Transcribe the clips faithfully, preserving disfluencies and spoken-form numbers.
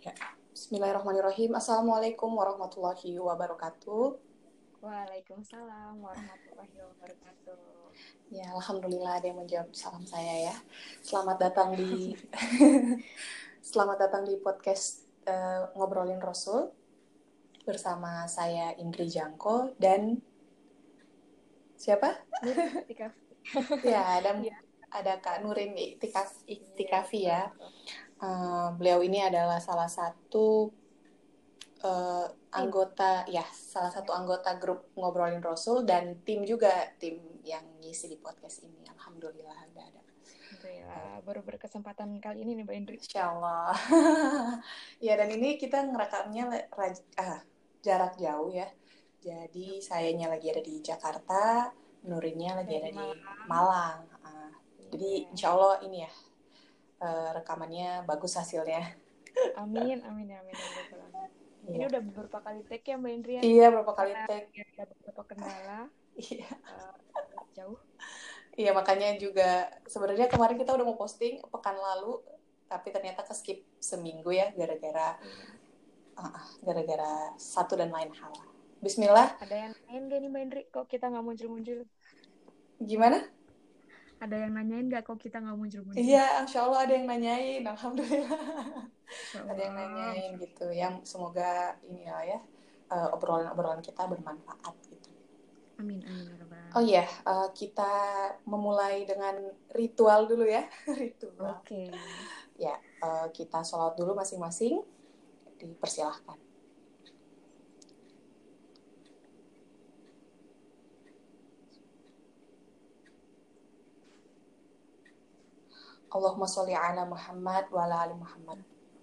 Ya. Bismillahirrahmanirrahim. Assalamualaikum warahmatullahi wabarakatuh. Waalaikumsalam warahmatullahi wabarakatuh. Ya, alhamdulillah ada yang menjawab salam saya ya. Selamat datang di Selamat datang di podcast uh, Ngobrolin Rasul bersama saya Indri Jangko dan siapa? Nurin Tikafi. Ya, ada Ya, ada Kak Nurin Iktikaf, iya, Iktikafi betul, ya. betul. Uh, beliau ini adalah salah satu uh, Tim. anggota ya salah satu anggota grup Ngobrolin Rasul dan tim juga tim yang ngisi di podcast ini. Alhamdulillah udah ada. Alhamdulillah, baru berkesempatan kali ini nih Mbak Indri. Insya Allah. Ya, dan ini kita ngerekamnya raj- ah, jarak jauh ya. Jadi sayanya lagi ada di Jakarta, Nurinnya lagi Saya ada di di Malang. Malang. Ah, jadi Iya. insya Allah ini ya eh, rekamannya bagus hasilnya. Amin, amin, amin, ya Rabbal Alamin. Ini Iya. udah beberapa kali take ya Mbak Indri ya. Iya, berapa kali Karena tag. ya, ada beberapa kendala Iya. uh, jauh. Iya, makanya juga sebenarnya kemarin kita udah mau posting pekan lalu, tapi ternyata ke skip seminggu ya gara-gara Iya. uh, gara-gara satu dan lain hal. Bismillah. Ada yang nanyain gak nih Mbak Indri? Kok kita nggak muncul-muncul? Gimana? Ada yang nanyain gak kok kita nggak muncul-muncul? Iya, insya Allah ada yang nanyain. Alhamdulillah. Insya Ada yang Allah. nanyain gitu. Yang semoga ini lah ya uh, obrolan-obrolan kita bermanfaat gitu. Amin, amin, ya Rabbal Oh Alamin. iya, uh, kita memulai dengan ritual dulu ya. Ritual. Oke. Ya, uh, kita sholat dulu masing-masing. Dipersilahkan. Allahumma sholli ala Muhammad wa ala ali Muhammad.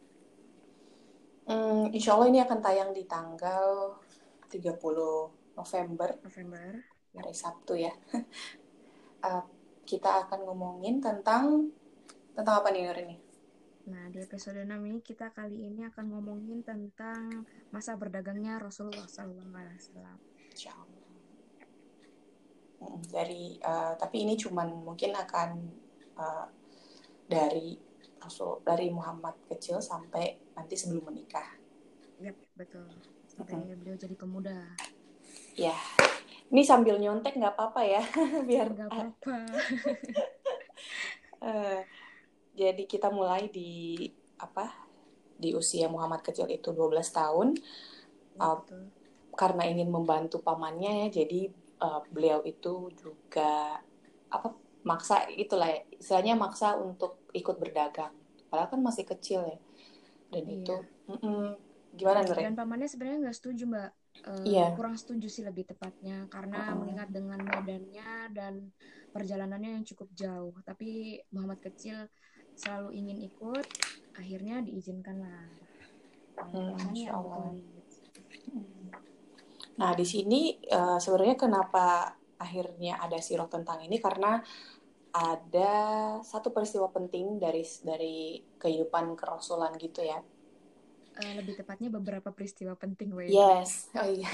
Hmm, insya Allah ini akan tayang di tanggal tiga puluh November, November. hari Sabtu ya. uh, kita akan ngomongin tentang tentang apa nih Nur ini? Nah, di episode enam ini kita kali ini akan ngomongin tentang masa berdagangnya Rasulullah shallallahu alaihi wasallam. Insya Allah. Hmm, dari uh, tapi ini cuman mungkin akan uh, dari Rasul dari Muhammad kecil sampai nanti sebelum menikah. Yap, betul. Sampai mm-hmm. beliau jadi pemuda. Ya, ini sambil nyontek nggak apa-apa ya, biar nggak apa-apa. uh, jadi kita mulai di apa? Di usia Muhammad kecil itu dua belas tahun. Ya, uh, karena ingin membantu pamannya ya, jadi uh, beliau itu juga apa? maksa itulah ya, istilahnya maksa untuk ikut berdagang. Padahal kan masih kecil ya. Dan iya. itu gimana Nur? Dan pamannya sebenarnya nggak setuju Mbak. Uh, iya. Kurang setuju sih lebih tepatnya karena uh-uh. mengingat dengan medannya dan perjalanannya yang cukup jauh. Tapi Muhammad kecil selalu ingin ikut, akhirnya diizinkan lah. Hmm, Insya Allah. Nah di sini uh, sebenarnya kenapa akhirnya ada sirah tentang ini karena ada satu peristiwa penting dari dari kehidupan kerasulan gitu ya. Uh, lebih tepatnya beberapa peristiwa penting, Wei. Yes, oh iya.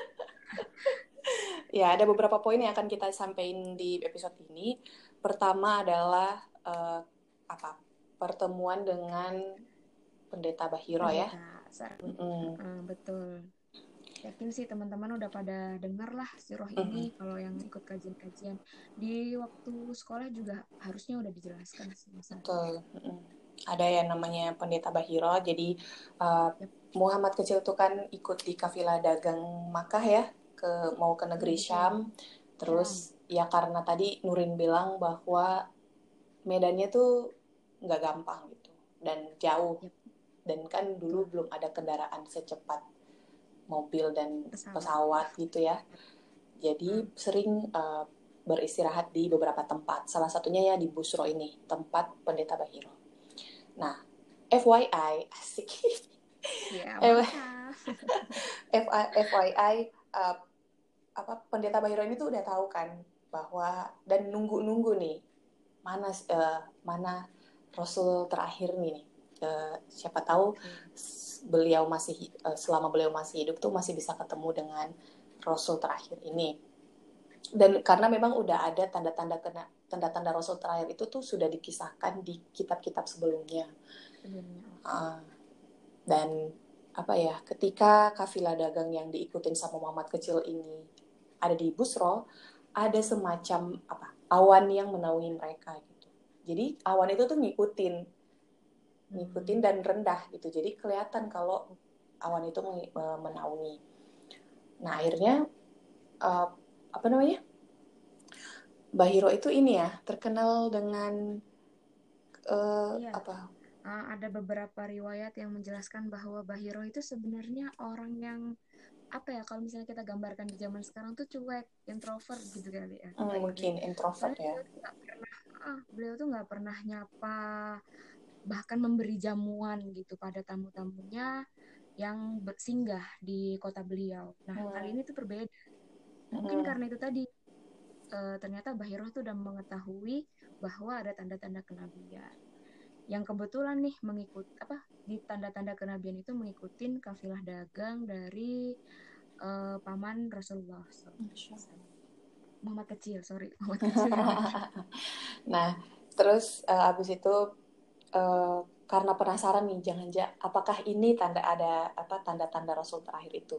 Ya, ada beberapa poin yang akan kita sampaikan di episode ini. Pertama adalah uh, apa? Pertemuan dengan Pendeta Bahiro Pendeta, ya. Mm. Uh, betul. Yakin sih teman-teman udah pada dengar lah sirah mm-hmm. ini kalau yang ikut kajian-kajian di waktu sekolah juga harusnya udah dijelaskan sih masa. Betul. Mm-hmm. Ada yang namanya Pendeta Bahiro. Jadi uh, yep. Muhammad kecil tuh kan ikut di kafilah dagang Makkah ya, ke mau ke negeri mm-hmm. Syam. Terus Syam. Ya karena tadi Nurin bilang bahwa medannya tuh nggak gampang gitu dan jauh. Yep. Dan kan dulu yep. belum ada kendaraan secepat mobil dan pesawat, pesawat gitu ya. Jadi hmm. sering uh, beristirahat di beberapa tempat. Salah satunya ya di Busro ini, tempat Pendeta Bahiro. Nah, F Y I, asik. Ya, mantap. F Y I, uh, apa Pendeta Bahiro ini tuh udah tahu kan bahwa dan nunggu-nunggu nih mana uh, mana Rasul terakhir nih. Uh, siapa tahu hmm. beliau masih selama beliau masih hidup tuh masih bisa ketemu dengan Rasul terakhir ini. Dan karena memang udah ada tanda-tanda kena tanda-tanda Rasul terakhir itu tuh sudah dikisahkan di kitab-kitab sebelumnya. Sebelumnya. Uh, Dan apa ya, ketika kafilah dagang yang diikutin sama Muhammad kecil ini ada di Busro, ada semacam apa awan yang menaungi mereka gitu. Jadi awan itu tuh ngikutin, ngikutin dan rendah gitu. Jadi kelihatan kalau awan itu menaungi. Nah akhirnya uh, apa namanya, Bahiro itu ini ya terkenal dengan uh, iya. apa? Uh, ada beberapa riwayat yang menjelaskan bahwa Bahiro itu sebenarnya orang yang apa ya, kalau misalnya kita gambarkan di zaman sekarang tuh cuek, introvert gitu kali ya. Hmm, mungkin introvert Soalnya ya. beliau tuh nggak pernah, ah, beliau tuh nggak pernah nyapa, bahkan memberi jamuan gitu pada tamu-tamunya yang bersinggah di kota beliau. Nah Hmm. kali ini tuh berbeda. Mungkin Hmm. karena itu tadi e, ternyata Bahiro tuh udah mengetahui bahwa ada tanda-tanda kenabian. Yang kebetulan nih mengikut apa di tanda-tanda kenabian itu mengikutin kafilah dagang dari uh, paman Rasulullah shallallahu alaihi wasallam. Muhammad kecil, sorry, Muhammad kecil. Nah, terus uh, abis itu uh, karena penasaran nih, jangan ja, apakah ini tanda ada apa tanda-tanda Rasul terakhir itu.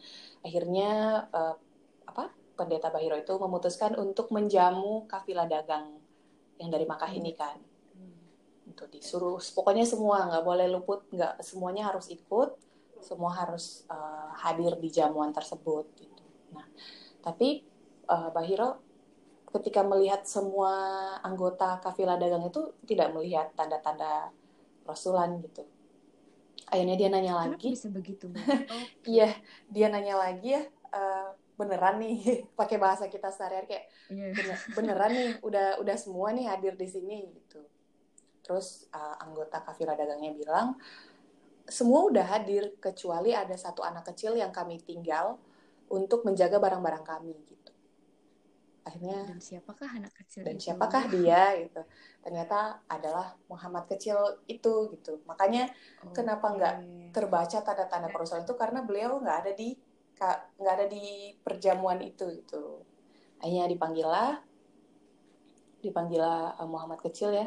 Akhirnya uh, apa pendeta Bahiro itu memutuskan untuk menjamu kafilah dagang yang dari Makkah ini kan. Untuk disuruh, pokoknya semua nggak boleh luput, nggak semuanya harus ikut, semua harus uh, hadir di jamuan tersebut gitu. Nah, tapi uh, Bahiro ketika melihat semua anggota kafilah dagang itu tidak melihat tanda-tanda rasulan gitu. Akhirnya dia nanya Kenapa lagi. bisa begitu, Mbak? Okay. Iya, dia nanya lagi ya, uh, beneran nih, pakai bahasa kita sehari-hari kayak yeah. bener, beneran nih, udah udah semua nih hadir di sini gitu. Terus uh, anggota kafilah dagangnya bilang, semua udah hadir kecuali ada satu anak kecil yang kami tinggal untuk menjaga barang-barang kami gitu. Akhirnya dan siapakah anak kecil dan itu? siapakah dia gitu, ternyata adalah Muhammad kecil itu gitu. Makanya okay. Kenapa nggak terbaca tanda-tanda kerasulan itu karena beliau nggak ada di nggak ada di perjamuan itu gitu. Akhirnya dipanggil lah dipanggil Muhammad kecil ya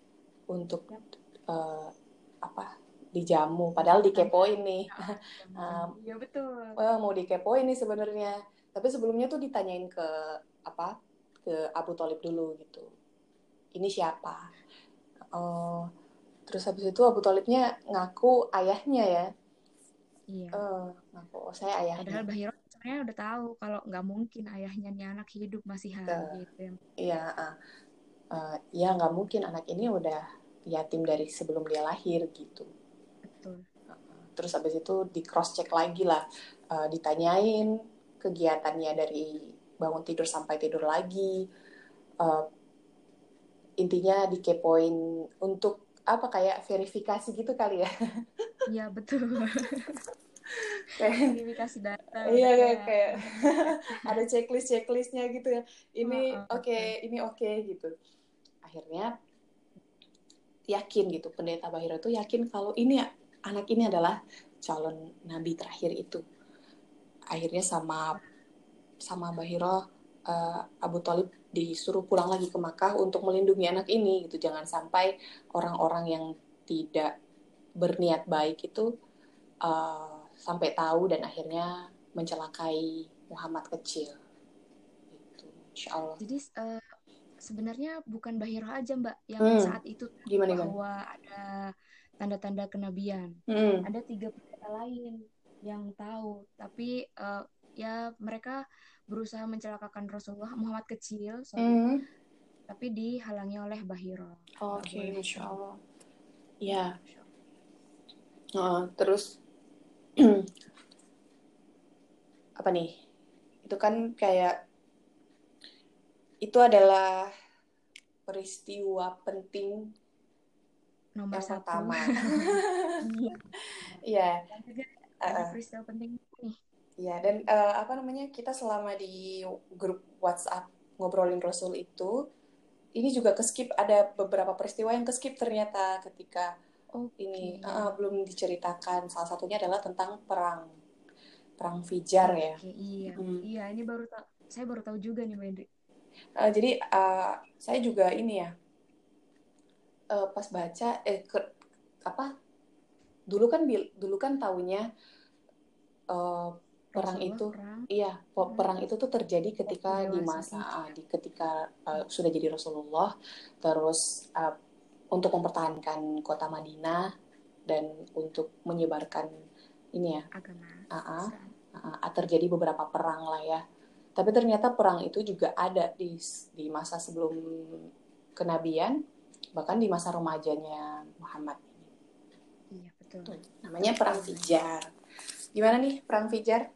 untuk yep. uh, apa dijamu, padahal dikepoin nih. Iya um, betul. Uh, mau dikepoin nih sebenarnya, tapi sebelumnya tuh ditanyain ke apa ke Abu Thalib dulu gitu. Ini siapa? Uh, terus habis itu Abu Thalibnya ngaku ayahnya ya. Iya. Uh, ngaku oh, saya ayahnya. Padahal Bahiro sebenarnya udah tahu kalau nggak mungkin ayahnya nih anak hidup masih hari gitu ya. Iya. Uh, uh, ya nggak mungkin anak ini udah yatim dari sebelum dia lahir gitu. Betul. Terus habis itu di cross check lagi lah, uh, ditanyain kegiatannya dari bangun tidur sampai tidur lagi, uh, intinya dikepoin untuk apa kayak verifikasi gitu kali ya. Iya betul. Verifikasi data. Iya kayak, kayak ada checklist checklistnya gitu ya. Ini oh, oh, oke, okay, ini oke okay, gitu. Akhirnya yakin gitu, pendeta Bahiro tuh yakin kalau ini anak ini adalah calon nabi terakhir itu. Akhirnya sama sama Bahiro, uh, Abu Thalib disuruh pulang lagi ke Makkah untuk melindungi anak ini gitu. Jangan sampai orang-orang yang tidak berniat baik itu uh, sampai tahu dan akhirnya mencelakai Muhammad kecil. Gitu, insya Allah. Jadi uh, sebenarnya bukan Bahiro aja Mbak yang hmm. saat itu gimana, bahwa gimana? ada tanda-tanda kenabian. Hmm. Ada tiga pendeta lain yang tahu, tapi uh, ya mereka berusaha mencelakakan Rasulullah Muhammad kecil, sorry, hmm. tapi dihalangi oleh Bahiro. Oke, okay, Masya Allah. Ya. Uh, terus apa nih? Itu kan kayak itu adalah peristiwa penting nomor yang satu. pertama. Iya. Iya. Ada peristiwa penting nih. Iya, dan uh, apa namanya, kita selama di grup WhatsApp ngobrolin Rasul itu, ini juga keskip, ada beberapa peristiwa yang keskip ternyata ketika okay. ini uh, belum diceritakan. Salah satunya adalah tentang perang perang Fijar okay, ya. Iya, hmm. iya ini baru ta- saya baru tahu juga nih Mbak Indri. Uh, jadi uh, saya juga ini ya, uh, pas baca eh ke, apa dulu kan dulu kan taunya uh, perang Rasulullah itu perang. iya Hmm. perang itu tuh terjadi ketika di masa uh, di ketika uh, sudah jadi Rasulullah, terus uh, untuk mempertahankan kota Madinah dan untuk menyebarkan ini ya Agama uh-uh, Islam. uh-uh, terjadi beberapa perang lah ya. Tapi ternyata perang itu juga ada di di masa sebelum kenabian, bahkan di masa remajanya Muhammad. Iya betul. Tuh, namanya perang Fijar. Gimana nih perang Fijar?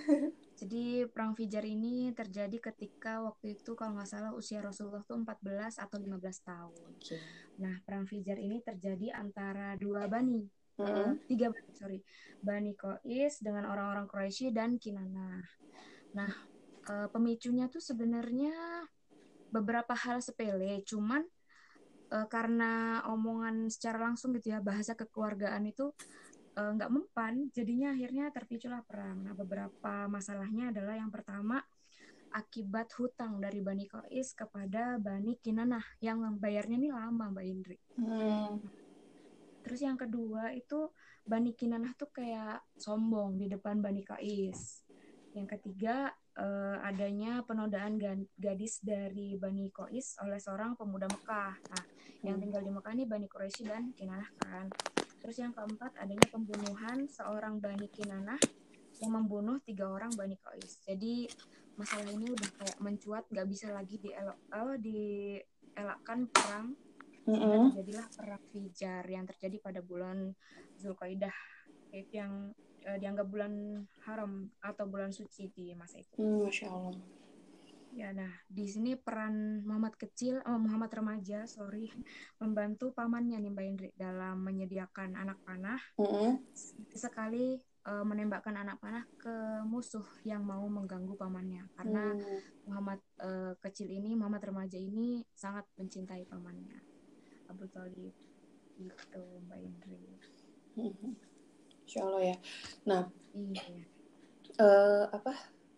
Jadi perang Fijar ini terjadi ketika waktu itu kalau nggak salah usia Rasulullah tuh empat belas atau lima belas tahun. Okay. Nah perang Fijar ini terjadi antara dua bani, mm-hmm. uh, tiga bani sorry, Bani Qais dengan orang-orang Quraisy dan Kinanah. Nah uh, pemicunya tuh sebenarnya beberapa hal sepele, cuman uh, karena omongan secara langsung gitu ya, bahasa kekeluargaan itu nggak uh, mempan, jadinya akhirnya terpiculah perang. Nah beberapa masalahnya adalah yang pertama akibat hutang dari Bani Qais kepada Bani Kinanah yang membayarnya ini lama Mbak Indri. Hmm. Terus yang kedua itu Bani Kinanah tuh kayak sombong di depan Bani Qais. Yang ketiga eh, adanya penodaan gadis dari Bani Qais oleh seorang pemuda Mekah. Nah, yang tinggal di Mekah ini Bani Quraisy dan Kinanah kan. Terus yang keempat adanya pembunuhan seorang Bani Kinanah yang membunuh tiga orang Bani Qais. Jadi masalah ini udah kayak mencuat, nggak bisa lagi dielak, oh, dielakkan perang. Sehingga Mm-hmm. terjadilah perang Fijar yang terjadi pada bulan Zulqaidah, yaitu yang eh, dianggap bulan haram atau bulan suci di masa itu. Hmm, Masya Allah. Ya, nah di sini peran Muhammad kecil, oh, Muhammad remaja, sorry, membantu pamannya nih Mbak Indri dalam menyediakan anak panah. Mm-hmm. Sekali uh, menembakkan anak panah ke musuh yang mau mengganggu pamannya, karena hmm. Muhammad uh, kecil ini, Muhammad remaja ini sangat mencintai pamannya Abu Thalib. Gitu Mbak Indri. Mm-hmm. Insya Allah ya. Nah, iya. Uh, apa?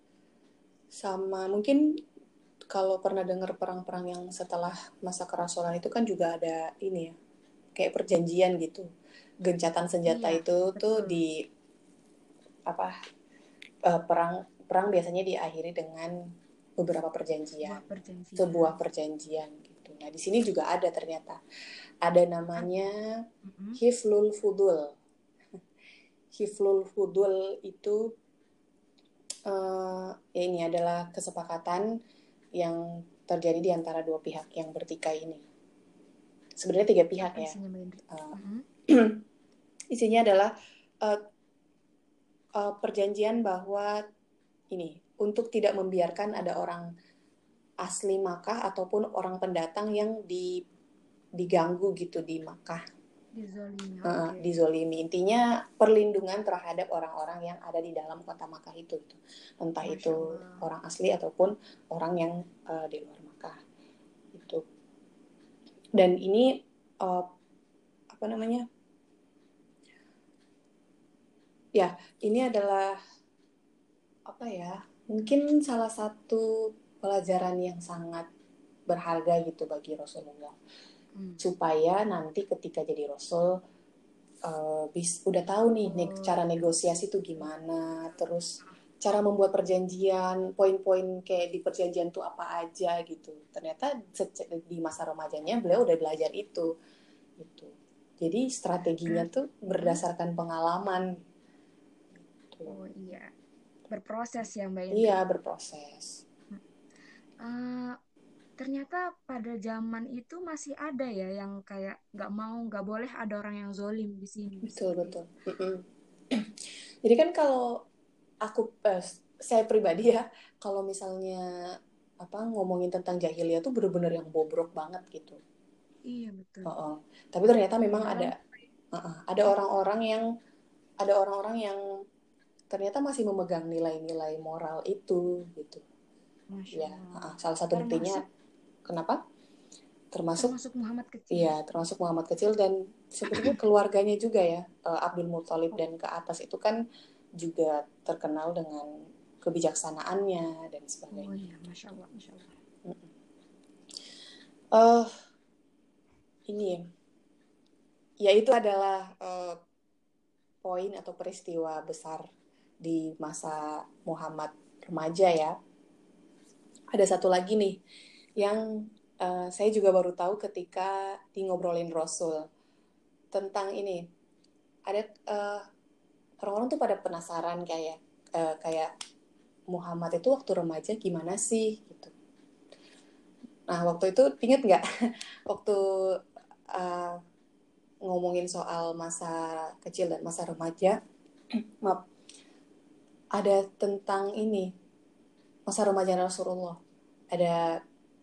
Sama mungkin kalau pernah dengar perang-perang yang setelah masa kerasulan itu kan juga ada ini ya, kayak perjanjian gitu. Gencatan senjata Iya, itu betul. tuh di apa? Uh, perang perang biasanya diakhiri dengan beberapa perjanjian. Sebuah perjanjian. Sebuah perjanjian gitu. Nah, di sini juga ada ternyata. Ada namanya mm-hmm. Hiflul Fudul. Hiflul Fudul itu uh, ya ini adalah kesepakatan yang terjadi di antara dua pihak yang bertikai ini. Sebenarnya tiga pihak apa ya. Isinya, uh, uh-huh. Isinya adalah uh, uh, perjanjian bahwa ini untuk tidak membiarkan ada orang asli Makkah ataupun orang pendatang yang di, diganggu gitu di Makkah. Dizolimi. Uh, Okay. Dizolimi. Intinya perlindungan terhadap orang-orang yang ada di dalam kota Makkah itu, itu. Entah Masya itu Allah. orang asli ataupun orang yang uh, di luar Makkah. Itu. Dan ini uh, apa namanya? Ya, ini adalah apa ya? Mungkin salah satu pelajaran yang sangat berharga gitu bagi Rasulullah. Hmm. Supaya nanti ketika jadi Rasul uh, bis udah tahu nih oh, cara negosiasi itu gimana, terus cara membuat perjanjian, poin-poin kayak di perjanjian tuh apa aja gitu. Ternyata di masa remajanya beliau udah belajar itu gitu. Jadi strateginya tuh berdasarkan pengalaman. Gitu. Oh iya, berproses ya Mbak Indri. Iya, berproses. Uh, ternyata pada zaman itu masih ada ya yang kayak nggak mau, nggak boleh ada orang yang zolim di sini. Betul betul. Jadi kan kalau aku eh, saya pribadi ya, kalau misalnya apa ngomongin tentang jahiliyah tuh bener-bener yang bobrok banget gitu. Iya betul. Uh-uh. Tapi ternyata memang Dalam... ada uh-uh, ada orang-orang yang ada orang-orang yang ternyata masih memegang nilai-nilai moral itu gitu. Masya Ya, Allah. uh, salah satu buktinya kenapa? Termasuk, termasuk Muhammad kecil. Iya, termasuk Muhammad kecil dan sebenarnya keluarganya juga ya, uh, Abdul Muthalib dan ke atas itu kan juga terkenal dengan kebijaksanaannya dan sebagainya. Oh iya, Masya Allah, Masya Allah. Uh, ini ya, itu adalah uh, poin atau peristiwa besar di masa Muhammad remaja ya. Ada satu lagi nih yang uh, saya juga baru tahu ketika di ngobrolin Rasul tentang ini. Ada uh, orang-orang tuh pada penasaran kayak uh, kayak Muhammad itu waktu remaja gimana sih gitu. Nah waktu itu inget nggak waktu uh, ngomongin soal masa kecil dan masa remaja, maaf, ada tentang ini masa remaja Rasulullah. Ada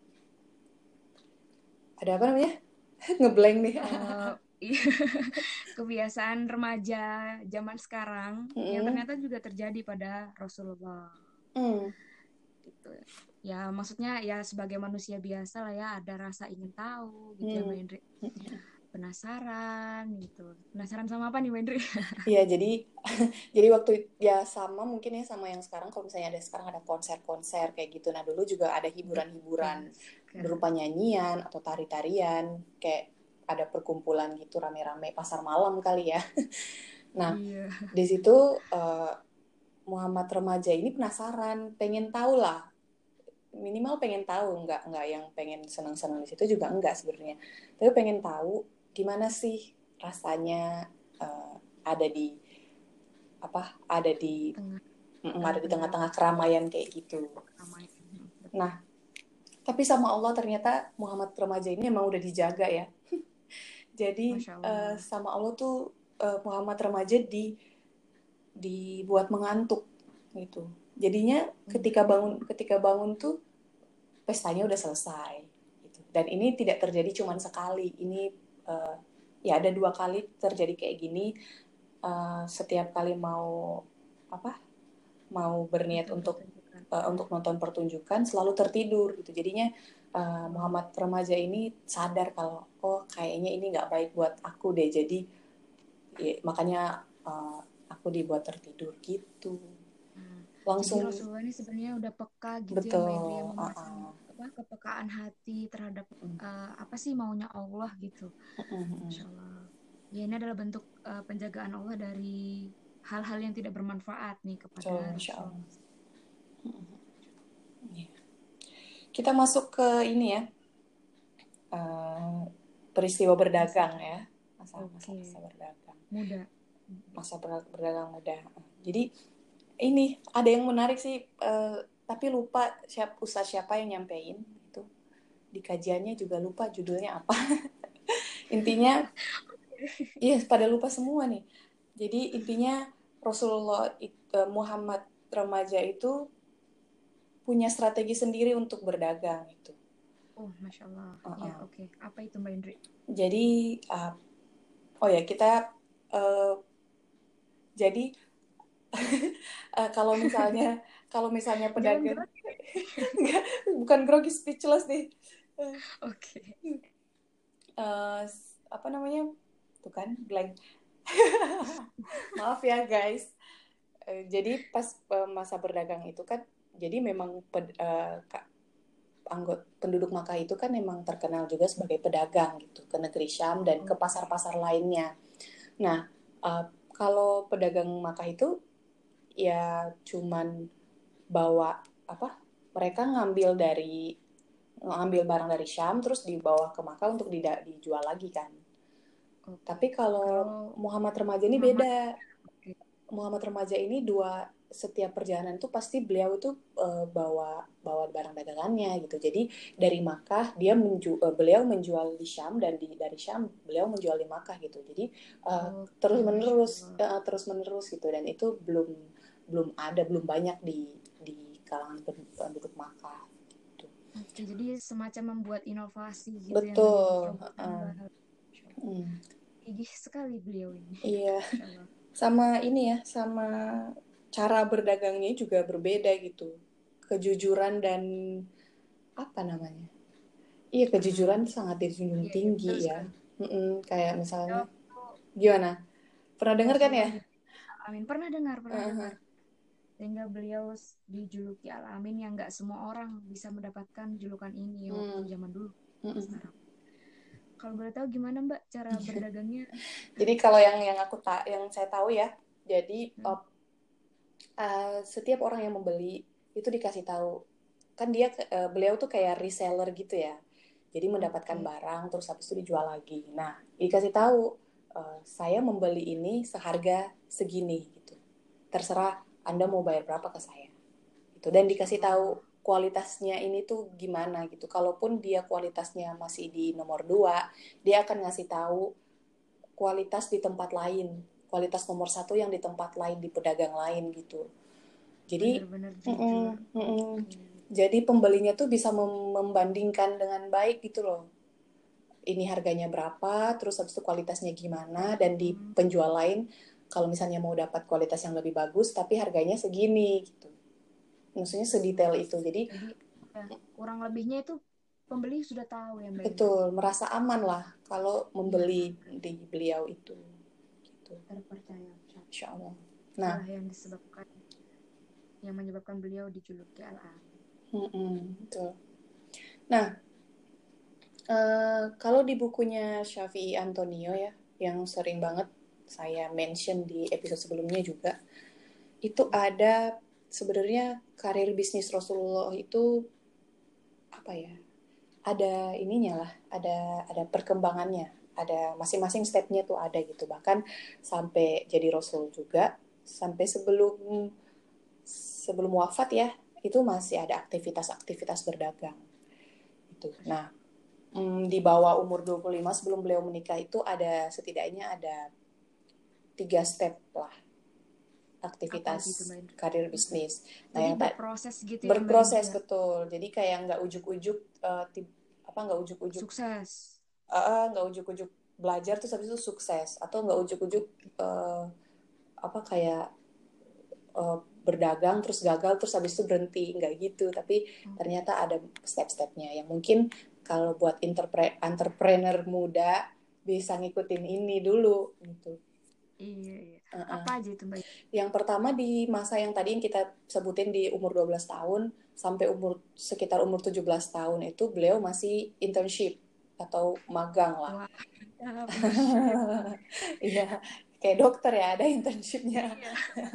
ada apa namanya? Ngeblank nih. Uh, kebiasaan remaja zaman sekarang Mm-hmm. yang ternyata juga terjadi pada Rasulullah. Mm. Gitu. Ya maksudnya ya sebagai manusia biasa lah ya, ada rasa ingin tahu gitu mm. ya Mbak Indri. Penasaran gitu. Penasaran sama apa nih Mbak Indri? Iya, jadi jadi waktu ya sama mungkin ya sama yang sekarang, kalau misalnya ada sekarang ada konser-konser kayak gitu. Nah, dulu juga ada hiburan-hiburan berupa nyanyian atau tari-tarian, kayak ada perkumpulan gitu rame-rame pasar malam kali ya. Nah, iya. Di situ uh, Muhammad remaja ini penasaran, pengen tahu lah, minimal pengen tahu, nggak nggak yang pengen senang-senang di situ juga enggak sebenarnya, tapi pengen tahu gimana sih rasanya uh, ada di apa ada di tengah, mm, ada di tengah-tengah keramaian kayak gitu. Nah, tapi sama Allah ternyata Muhammad remaja ini emang udah dijaga ya. Jadi uh, sama Allah tuh uh, Muhammad remaja di dibuat mengantuk gitu. Jadinya ketika bangun ketika bangun tuh pestanya udah selesai gitu. Dan ini tidak terjadi cuma sekali. Ini uh, ya ada dua kali terjadi kayak gini. Uh, setiap kali mau apa? mau berniat nonton untuk uh, untuk nonton pertunjukan selalu tertidur gitu. Jadinya uh, Muhammad remaja ini sadar kalau oh kayaknya ini nggak baik buat aku deh. Jadi ya, makanya uh, aku dibuat tertidur gitu. Hmm. Langsung. Jadi Rasulullah ini sebenarnya udah peka gitu. Betul. Ya Mbak Indri, yang memasang uh-uh. apa kepekaan hati terhadap mm. uh, apa sih maunya Allah gitu. Mm-hmm. Masya Allah. Ya ini adalah bentuk uh, penjagaan Allah dari hal-hal yang tidak bermanfaat nih kepada Rasulullah. Hmm. Kita masuk ke ini ya, uh, peristiwa berdagang masa, ya, masa okay. masa masa berdagang. Muda. Masa berdagang muda. Jadi ini ada yang menarik sih, uh, tapi lupa siapa ustaz siapa yang nyampein itu di kajiannya, juga lupa judulnya apa. Intinya, iya yes, pada lupa semua nih. Jadi intinya Rasulullah uh, Muhammad remaja itu punya strategi sendiri untuk berdagang itu. Oh, Masya Allah. Uh-uh. Ya, oke. Okay. Apa itu Mbak Indri? Jadi, uh, oh ya kita, uh, jadi uh, kalau misalnya kalau misalnya pedagang, enggak, bukan grogi, speechless nih. Uh, oke. Okay. Uh, apa namanya? Tuh kan, blank. Maaf ya guys. Uh, jadi pas uh, masa berdagang itu kan, jadi memang ped, uh, anggota penduduk Makkah itu kan memang terkenal juga sebagai pedagang gitu ke negeri Syam dan ke pasar-pasar lainnya. Nah, uh, kalau pedagang Makkah itu ya cuman bawa apa? Mereka ngambil dari ngambil barang dari Syam terus dibawa ke Makkah untuk dijual lagi kan. Okay. Tapi kalau, kalau Muhammad remaja ini Muhammad, beda. Okay. Muhammad remaja ini dua setiap perjalanan tuh pasti beliau itu uh, bawa bawa barang dagangannya gitu. Jadi dari Makkah dia menju, uh, beliau menjual di Syam, dan di dari Syam beliau menjual di Makkah gitu. Jadi uh, okay, terus menerus uh, terus menerus gitu, dan itu belum belum ada belum banyak di di kalangan penduduk Makkah gitu. Oke, jadi semacam membuat inovasi gitu. Betul. Ya, uh, hmm. Gigih sekali beliau ini. Iya. Sama ini ya, sama cara berdagangnya juga berbeda gitu. Kejujuran dan apa namanya? Iya, kejujuran hmm. sangat dijunjung iya, tinggi ya. Kayak misalnya, gimana? Pernah dengar kan ya? Amin, pernah dengar, pernah uh-huh. dengar. Sehingga beliau dijuluki Al-Amin, yang nggak semua orang bisa mendapatkan julukan ini hmm. waktu zaman dulu. Hmm. Sekarang. Kalau boleh tahu gimana Mbak cara berdagangnya? Jadi kalau yang yang aku tak yang saya tahu ya, Jadi uh, uh, setiap orang yang membeli itu dikasih tahu, kan dia uh, beliau tuh kayak reseller gitu ya. Jadi mendapatkan okay. barang terus habis itu dijual lagi. Nah, dikasih tahu uh, saya membeli ini seharga segini gitu. Terserah Anda mau bayar berapa ke saya. Gitu. Dan dikasih tahu kualitasnya ini tuh gimana gitu. Kalaupun dia kualitasnya masih di nomor dua, dia akan ngasih tahu kualitas di tempat lain, kualitas nomor satu yang di tempat lain, di pedagang lain gitu. Jadi benar-benar jujur. Mm-mm, mm-mm. Okay. Jadi pembelinya tuh bisa mem- membandingkan dengan baik gitu loh. Ini harganya berapa, terus habis itu kualitasnya gimana, dan di penjual lain kalau misalnya mau dapat kualitas yang lebih bagus tapi harganya segini gitu. Maksudnya sedetail itu. Jadi, Jadi ya, kurang lebihnya itu pembeli sudah tahu ya Mbak. Betul, merasa aman lah kalau membeli ya, di beliau itu. Gitu. Terpercaya. Insya Allah. Nah, itulah yang disebabkan yang menyebabkan beliau dijuluki Al-Amin. Betul. Nah, uh, kalau di bukunya Syafi'i Antonio ya, yang sering banget saya mention di episode sebelumnya juga, itu ada sebenarnya karir bisnis Rasulullah itu apa ya? Ada ininya lah, ada ada perkembangannya, ada masing-masing stepnya tuh ada gitu. Bahkan sampai jadi Rasul juga, sampai sebelum sebelum wafat ya, itu masih ada aktivitas-aktivitas berdagang. Itu. Nah, mm, di bawah umur dua puluh lima sebelum beliau menikah itu ada setidaknya ada tiga step lah aktivitas gitu, karir bisnis. Nah, jadi yang berproses gitu ya, berproses Mbak, betul. Jadi kayak nggak ujuk-ujuk uh, tip, apa nggak ujuk-ujuk sukses, uh, nggak ujuk-ujuk belajar terus habis itu sukses, atau nggak ujuk-ujuk uh, apa kayak uh, berdagang terus gagal terus habis itu berhenti, nggak gitu. Tapi hmm. ternyata ada step-stepnya yang mungkin kalau buat interpre- entrepreneur muda bisa ngikutin ini dulu gitu. Iya, iya. Uh-uh. Apa aja itu Mbak? Yang pertama di masa yang tadi yang kita sebutin di umur dua belas tahun sampai umur sekitar umur tujuh belas tahun itu beliau masih internship atau magang lah. Wah, iya, kayak dokter ya ada internshipnya. Iya.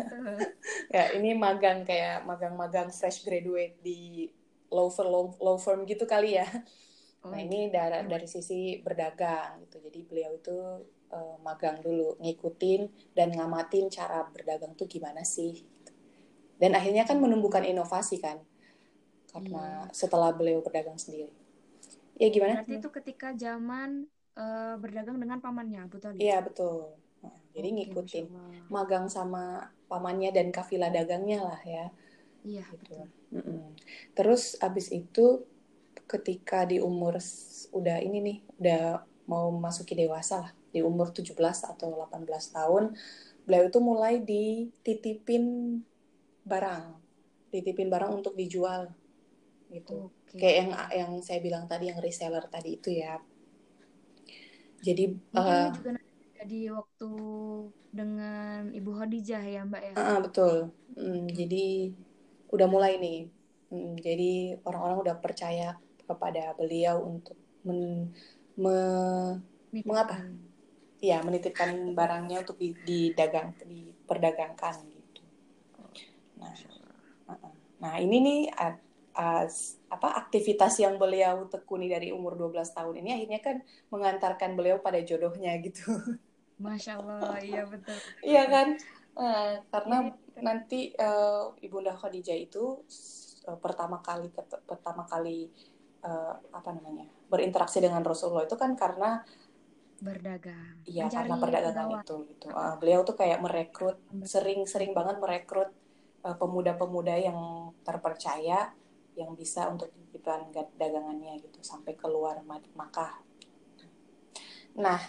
Ya ini magang kayak magang-magang fresh graduate di law firm law firm gitu kali ya. Oh, nah ini dari dari sisi berdagang gitu. Jadi beliau itu uh, magang dulu, ngikutin dan ngamatin cara berdagang tuh gimana sih. Dan akhirnya kan menumbuhkan inovasi kan, karena iya. setelah beliau berdagang sendiri. Ya gimana? Berarti itu ketika zaman uh, berdagang dengan pamannya, Abu Thalib? Iya betul. Nah, jadi okay, ngikutin magang sama pamannya dan kafilah dagangnya lah ya. Iya gitu. Betul. Mm-mm. Terus abis itu ketika di umur udah ini nih, udah mau memasuki dewasa lah, di umur tujuh belas atau delapan belas tahun, beliau itu mulai dititipin barang, dititipin barang untuk dijual gitu. Okay. Kayak yang yang saya bilang tadi, yang reseller tadi itu ya. Jadi mungkin uh, ini juga jadi waktu dengan Ibu Khadijah ya Mbak ya. Uh, betul. Hmm, hmm. Jadi udah mulai nih. Hmm, jadi orang-orang udah percaya kepada beliau untuk men, me, mengapa? Iya, menitipkan barangnya untuk didagang, diperdagangkan gitu. Nah, uh-uh. nah ini nih uh, uh, apa aktivitas yang beliau tekuni dari umur dua belas tahun ini akhirnya kan mengantarkan beliau pada jodohnya gitu. Masya Allah, iya betul. Iya kan? Uh, karena ya, nanti uh, Ibunda Khadijah itu uh, pertama kali ket- pertama kali uh, apa namanya berinteraksi dengan Rasulullah itu kan karena berdagang. Iya, karena perdagangan pegawai. itu gitu. Uh, beliau tuh kayak merekrut, sering-sering banget merekrut uh, pemuda-pemuda yang terpercaya yang bisa untuk dititipkan dagangannya gitu sampai keluar Makkah. Nah,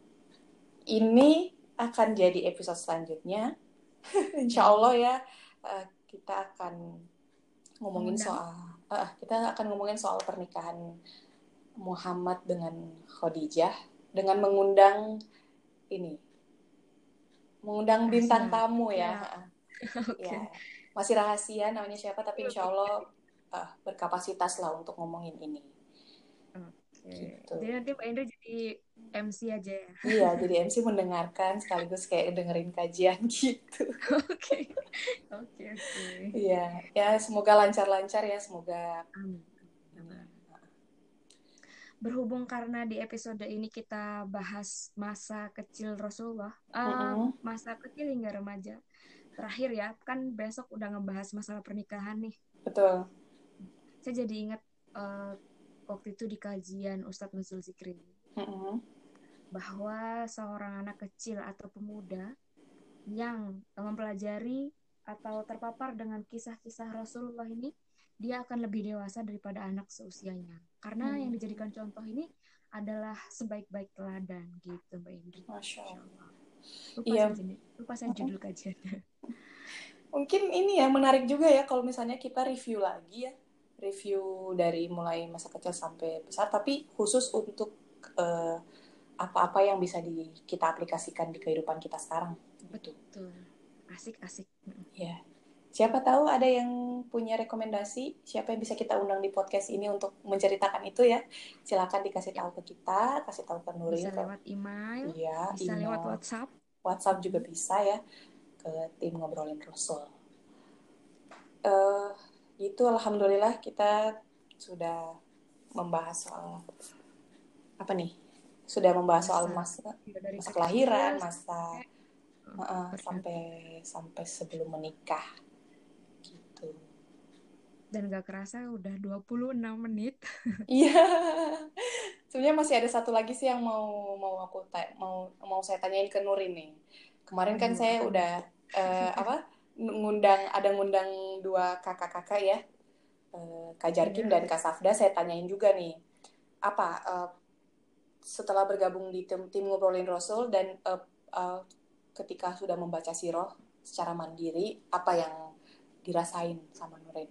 ini akan jadi episode selanjutnya. Insya Allah ya, uh, kita akan ngomongin Mengundang. soal, uh, kita akan ngomongin soal pernikahan Muhammad dengan Khadijah dengan mengundang ini, mengundang rahasia. Bintang tamu ya. ya. Okay. Ya, masih rahasia namanya siapa, tapi insya Allah uh, berkapasitas lah untuk ngomongin ini. Okay. Gitu. Jadi nanti Mbak Indri jadi M C aja ya? Iya, jadi M C mendengarkan sekaligus kayak dengerin kajian gitu. Oke, oke, oke. Iya, ya semoga lancar-lancar ya, semoga. Amin. Ini. Berhubung karena di episode ini kita bahas masa kecil Rasulullah, uh, Mm-mm. masa kecil hingga remaja. Terakhir ya, kan besok udah ngebahas masalah pernikahan nih. Betul. Saya jadi ingat uh, waktu itu di kajian Ustadz Nuzul Zikri, Mm-mm. bahwa seorang anak kecil atau pemuda yang mempelajari atau terpapar dengan kisah-kisah Rasulullah ini, dia akan lebih dewasa daripada anak seusianya. Karena yang dijadikan contoh ini adalah sebaik-baik teladan gitu, Mbak Indri. Masya Allah. Lupa Iya. saya jenis, lupa saya judul kajiannya. Mungkin ini ya menarik juga ya kalau misalnya kita review lagi ya, review dari mulai masa kecil sampai besar, tapi khusus untuk uh, apa-apa yang bisa di, kita aplikasikan di kehidupan kita sekarang. Betul. Asik-asik. Ya. Siapa tahu ada yang punya rekomendasi, siapa yang bisa kita undang di podcast ini untuk menceritakan itu ya. Silakan dikasih tahu ke kita, kasih tahu ke Nurin. Bisa lewat email, iya, bisa email, lewat WhatsApp. WhatsApp juga bisa ya, ke tim Ngobrolin Rasul. Uh, itu alhamdulillah kita sudah membahas soal apa nih? Sudah membahas masa, soal masa, masa kelahiran, masa uh, sampai sampai sebelum menikah. Gitu. Dan gak kerasa udah dua puluh enam menit. Iya. Sebenarnya masih ada satu lagi sih yang mau mau aku ta- mau mau saya tanyain ke Nurin nih. Kemarin kan Aduh, saya udah uh, apa? ngundang ada ngundang dua kakak-kakak ya. Uh, Kak Jarkim iya. dan Kak Safda, saya tanyain juga nih. Apa uh, setelah bergabung di tim, tim Ngobrolin Rasul dan uh, uh, ketika sudah membaca sirah secara mandiri, apa yang dirasain sama Nurin?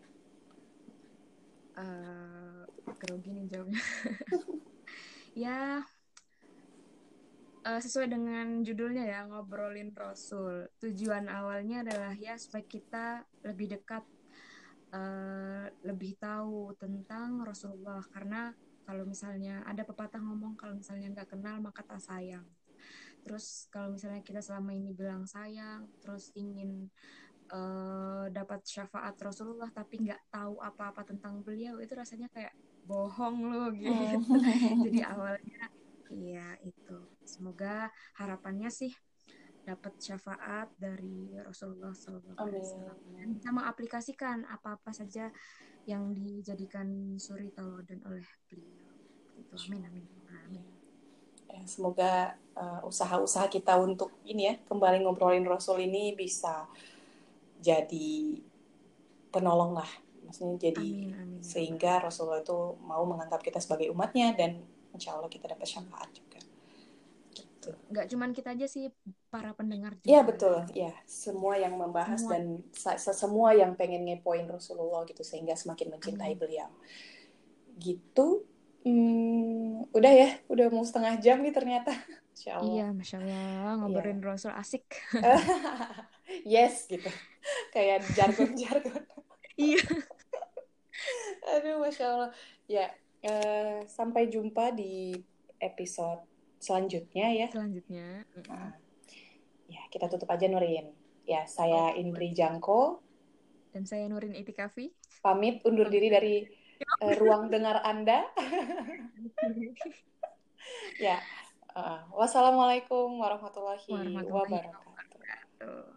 Uh, Grogi nih jawabnya. Ya, uh, sesuai dengan judulnya ya, Ngobrolin Rasul. Tujuan awalnya adalah ya supaya kita lebih dekat, uh, lebih tahu tentang Rasulullah. Karena kalau misalnya ada pepatah ngomong kalau misalnya nggak kenal maka tak sayang. Terus kalau misalnya kita selama ini bilang sayang, terus ingin uh, dapat syafaat Rasulullah tapi nggak tahu apa-apa tentang beliau, itu rasanya kayak bohong loh gitu. Jadi awalnya iya itu. Semoga harapannya sih dapat syafaat dari Rasulullah shallallahu alaihi wasallam dan bisa mengaplikasikan apa-apa saja yang dijadikan suri tauladan oleh beliau. Itu amin amin amin. Ya, semoga uh, usaha-usaha kita untuk ini ya kembali ngobrolin Rasul ini bisa jadi penolong lah, maksudnya jadi amin, amin, sehingga amin. Rasulullah itu mau menganggap kita sebagai umatnya dan insya Allah kita dapat syafaat juga. Gitu. Nggak cuman kita aja sih, para pendengar juga. Iya betul, ya semua yang membahas semua. Dan semua yang pengen ngepoin Rasulullah gitu sehingga semakin mencintai amin. Beliau. Gitu. Hmm, udah ya, udah mau setengah jam nih ternyata. Masya Allah. Iya, Masya Allah, ngobrolin yeah. Rasul asik. Yes, gitu. Kayak jargon-jargon. Iya. Aduh, Masya Allah. Ya, uh, sampai jumpa di episode selanjutnya ya. Selanjutnya. Nah, ya, kita tutup aja Nurin. Ya, saya oh, Indri Jangko. Dan saya Nurin Itikafi. Pamit undur Pamit. diri dari uh, ruang dengar Anda. Ya. Uh, wassalamualaikum warahmatullahi, warahmatullahi wabarakatuh. wabarakatuh.